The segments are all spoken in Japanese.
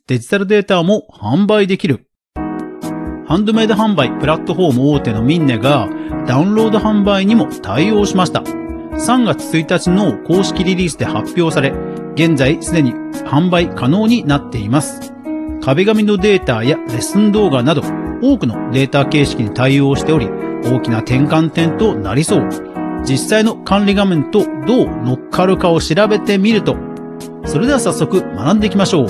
デジタルデータも販売できる。ハンドメイド販売プラットフォーム大手のミンネがダウンロード販売にも対応しました。3月1日の公式リリースで発表され、現在すでに販売可能になっています。壁紙のデータやレッスン動画など多くのデータ形式に対応しており、大きな転換点となりそう。実際の管理画面とどう乗っかるかを調べてみると、それでは早速学んでいきましょう。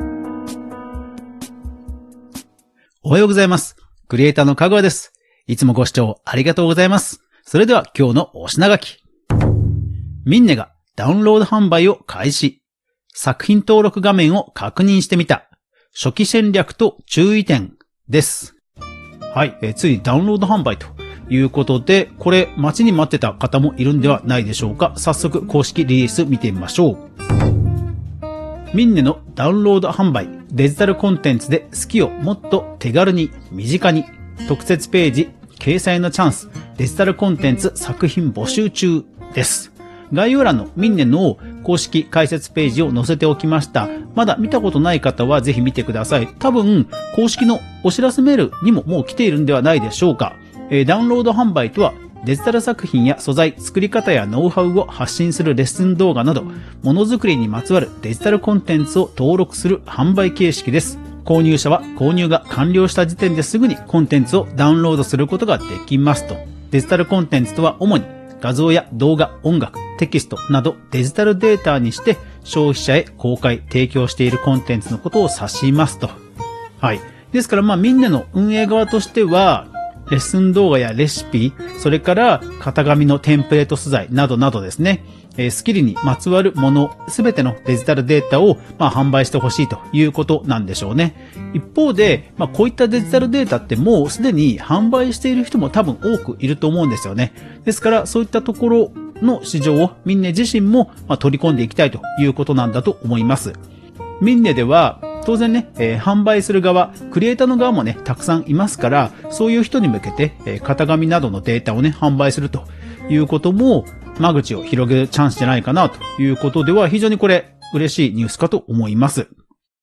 おはようございます。クリエイターのかぐわです。いつもご視聴ありがとうございます。それでは今日のお品書き。ミンネがダウンロード販売を開始。作品登録画面を確認してみた。初期戦略と注意点です。はい、ついにダウンロード販売ということで、これ待ちに待ってた方もいるんではないでしょうか。早速公式リリース見てみましょう。ミンネのダウンロード販売、デジタルコンテンツで好きをもっと手軽に、身近に、特設ページ、掲載のチャンス、デジタルコンテンツ作品募集中です。概要欄のミンネの公式解説ページを載せておきました。まだ見たことない方はぜひ見てください。多分、公式のお知らせメールにももう来ているんではないでしょうか。ダウンロード販売とは、デジタル作品や素材、作り方やノウハウを発信するレッスン動画など、ものづくりにまつわるデジタルコンテンツを登録する販売形式です。購入者は購入が完了した時点ですぐにコンテンツをダウンロードすることができますと。デジタルコンテンツとは主に画像や動画、音楽、テキストなどデジタルデータにして消費者へ公開、提供しているコンテンツのことを指しますと。はい。ですからミンネの運営側としては、レッスン動画やレシピ、それから型紙のテンプレート素材などなどですね、スキルにまつわるもの、すべてのデジタルデータを販売してほしいということなんでしょうね。一方で、こういったデジタルデータってもうすでに販売している人も多分多くいると思うんですよね。ですからそういったところの市場をミンネ自身も取り込んでいきたいということなんだと思います。ミンネでは当然ね、販売する側、クリエイターの側もね、たくさんいますから、そういう人に向けて、型紙などのデータをね、販売するということも、間口を広げるチャンスじゃないかなということでは、非常にこれ、嬉しいニュースかと思います。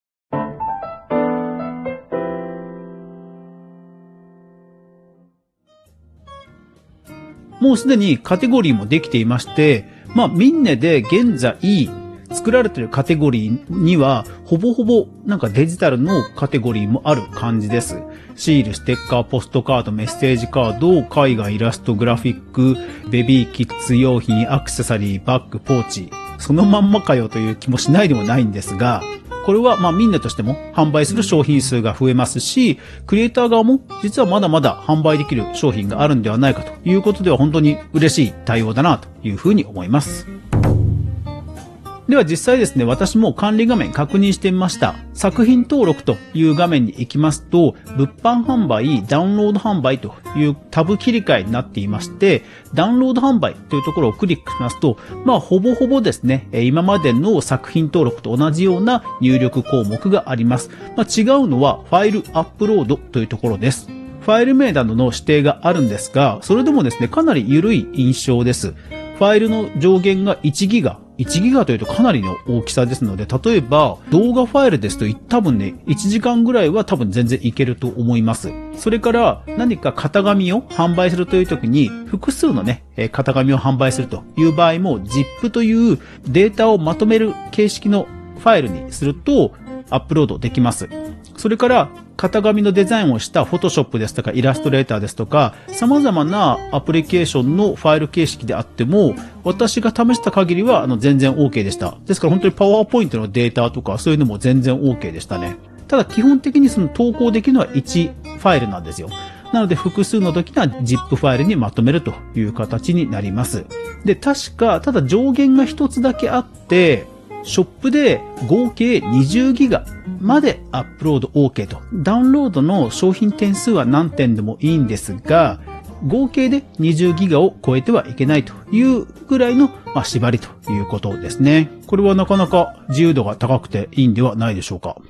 もうすでにカテゴリーもできていまして、ミンネで現在、作られているカテゴリーには、ほぼほぼデジタルのカテゴリーもある感じです。シール、ステッカー、ポストカード、メッセージカード、絵画、イラスト、グラフィック、ベビーキッズ用品、アクセサリー、バッグ、ポーチ。そのまんまかよという気もしないでもないんですが、これはミンネとしても販売する商品数が増えますし、クリエイター側も実はまだまだ販売できる商品があるんではないかということでは本当に嬉しい対応だなというふうに思います。では実際ですね、私も管理画面確認してみました。作品登録という画面に行きますと、物販販売、ダウンロード販売というタブ切り替えになっていまして、ダウンロード販売というところをクリックしますと、ほぼほぼですね、今までの作品登録と同じような入力項目があります。違うのはファイルアップロードというところです。ファイル名などの指定があるんですが、それでもですね、かなり緩い印象です。ファイルの上限が1ギガというとかなりの大きさですので、例えば動画ファイルですと多分ね、1時間ぐらいは多分全然いけると思います。それから何か型紙を販売するという時に、複数のね、型紙を販売するという場合も ZIP というデータをまとめる形式のファイルにするとアップロードできます。それから型紙のデザインをした Photoshop ですとかイラストレーターですとか様々なアプリケーションのファイル形式であっても私が試した限りは全然 OK でした。ですから本当にパワーポイントのデータとかそういうのも全然 OK でしたね。ただ基本的にその投稿できるのは1ファイルなんですよ。なので複数の時には ZIP ファイルにまとめるという形になります。で、確かただ上限が一つだけあってショップで合計20ギガまでアップロード OK と。ダウンロードの商品点数は何点でもいいんですが、合計で20ギガを超えてはいけないというぐらいの縛りということですね。これはなかなか自由度が高くていいんではないでしょうか。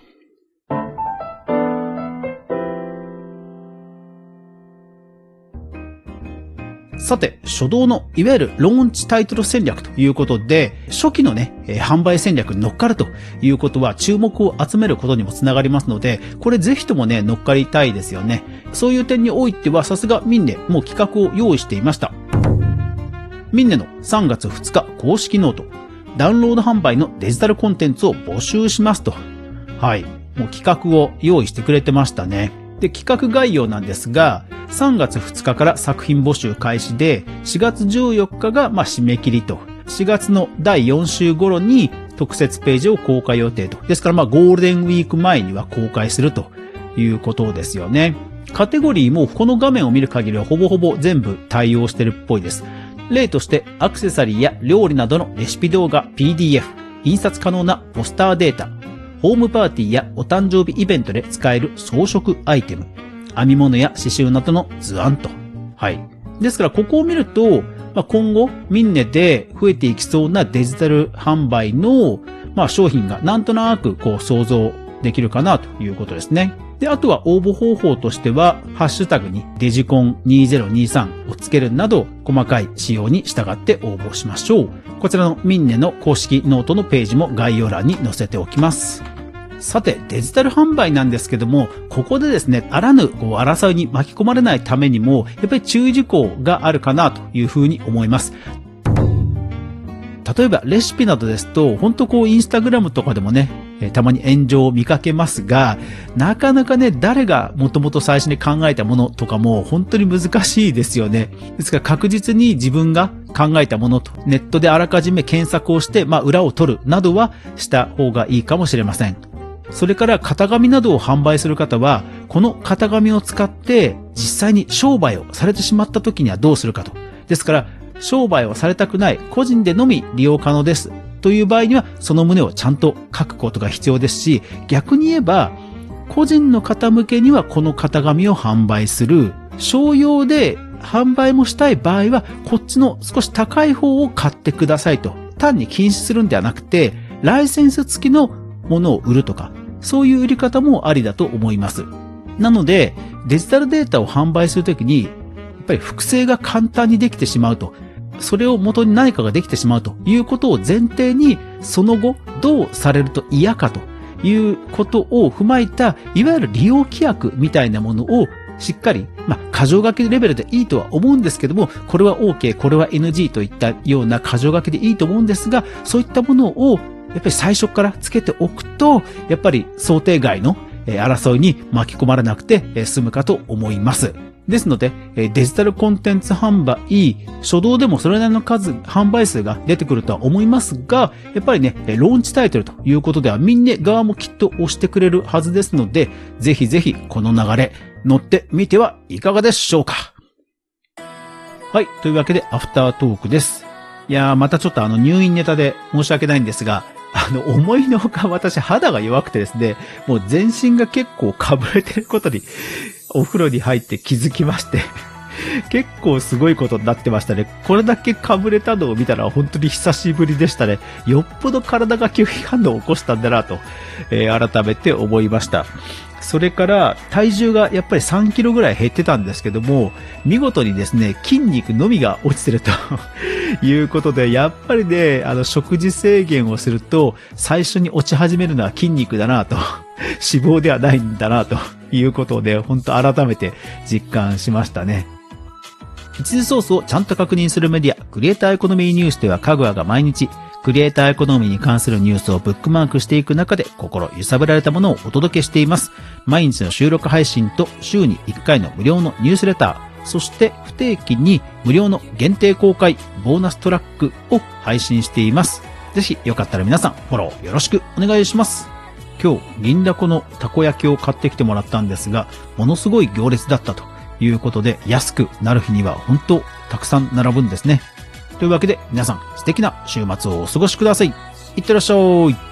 さて、初動のいわゆるローンチタイトル戦略ということで、初期のね、販売戦略に乗っかるということは注目を集めることにもつながりますので、これぜひともね、乗っかりたいですよね。そういう点においては、さすがミンネ、もう企画を用意していました。ミンネの3月2日公式ノート、ダウンロード販売のデジタルコンテンツを募集しますと。はい。もう企画を用意してくれてましたね。で、企画概要なんですが、3月2日から作品募集開始で、4月14日が締め切りと、4月の第4週頃に特設ページを公開予定と。ですからゴールデンウィーク前には公開するということですよね。カテゴリーもこの画面を見る限りはほぼほぼ全部対応してるっぽいです。例としてアクセサリーや料理などのレシピ動画、PDF、印刷可能なポスターデータ、ホームパーティーやお誕生日イベントで使える装飾アイテム、編み物や刺繍などの図案と。はい。ですからここを見ると、今後ミンネで増えていきそうなデジタル販売の商品がなんとなく想像できるかなということですね。で、あとは応募方法としては、ハッシュタグにデジコン2023をつけるなど、細かい仕様に従って応募しましょう。こちらのミンネの公式ノートのページも概要欄に載せておきます。さて、デジタル販売なんですけども、ここでですね、あらぬ争いに巻き込まれないためにも、やっぱり注意事項があるかなというふうに思います。例えばレシピなどですと、本当インスタグラムとかでもね、たまに炎上を見かけますが、なかなかね、誰がもともと最初に考えたものとかも本当に難しいですよね。ですから確実に自分が考えたものと、ネットであらかじめ検索をして、裏を取るなどはした方がいいかもしれません。それから型紙などを販売する方は、この型紙を使って実際に商売をされてしまった時にはどうするかと。ですから、商売をされたくない、個人でのみ利用可能ですという場合には、その旨をちゃんと書くことが必要ですし、逆に言えば、個人の方向けにはこの型紙を販売する、商用で販売もしたい場合は、こっちの少し高い方を買ってくださいと。単に禁止するんではなくて、ライセンス付きのものを売るとか、そういう売り方もありだと思います。なので、デジタルデータを販売するときに、やっぱり複製が簡単にできてしまうと。それを元に何かができてしまうということを前提に、その後どうされると嫌かということを踏まえた、いわゆる利用規約みたいなものをしっかり、箇条書きレベルでいいとは思うんですけども、これは OK、これは NG といったような箇条書きでいいと思うんですが、そういったものをやっぱり最初からつけておくと、やっぱり想定外の争いに巻き込まれなくて済むかと思います。ですので、デジタルコンテンツ販売、初動でもそれなりの販売数が出てくるとは思いますが、やっぱりね、ローンチタイトルということでは、みんな側もきっと押してくれるはずですので、ぜひぜひこの流れ、乗ってみてはいかがでしょうか。はい、というわけで、アフタートークです。いやー、またちょっと入院ネタで申し訳ないんですが、思いのほか私肌が弱くてですね、もう全身が結構かぶれてることに、お風呂に入って気づきまして、結構すごいことになってましたね。これだけかぶれたのを見たら本当に久しぶりでしたね。よっぽど体が拒否反応を起こしたんだなと、改めて思いました。それから体重がやっぱり3キロぐらい減ってたんですけども、見事にですね、筋肉のみが落ちてるということで、やっぱりね、食事制限をすると最初に落ち始めるのは筋肉だなと、脂肪ではないんだなということをね、本当改めて実感しましたね。一時ソースをちゃんと確認するメディア、クリエイターエコノミーニュースではかぐわが毎日、クリエイターエコノミーに関するニュースをブックマークしていく中で心揺さぶられたものをお届けしています。毎日の収録配信と週に1回の無料のニュースレター、そして不定期に無料の限定公開ボーナストラックを配信しています。ぜひよかったら皆さんフォローよろしくお願いします。今日銀だこのたこ焼きを買ってきてもらったんですが、ものすごい行列だったということで、安くなる日には本当たくさん並ぶんですね。というわけで皆さん素敵な週末をお過ごしください。いってらっしゃい。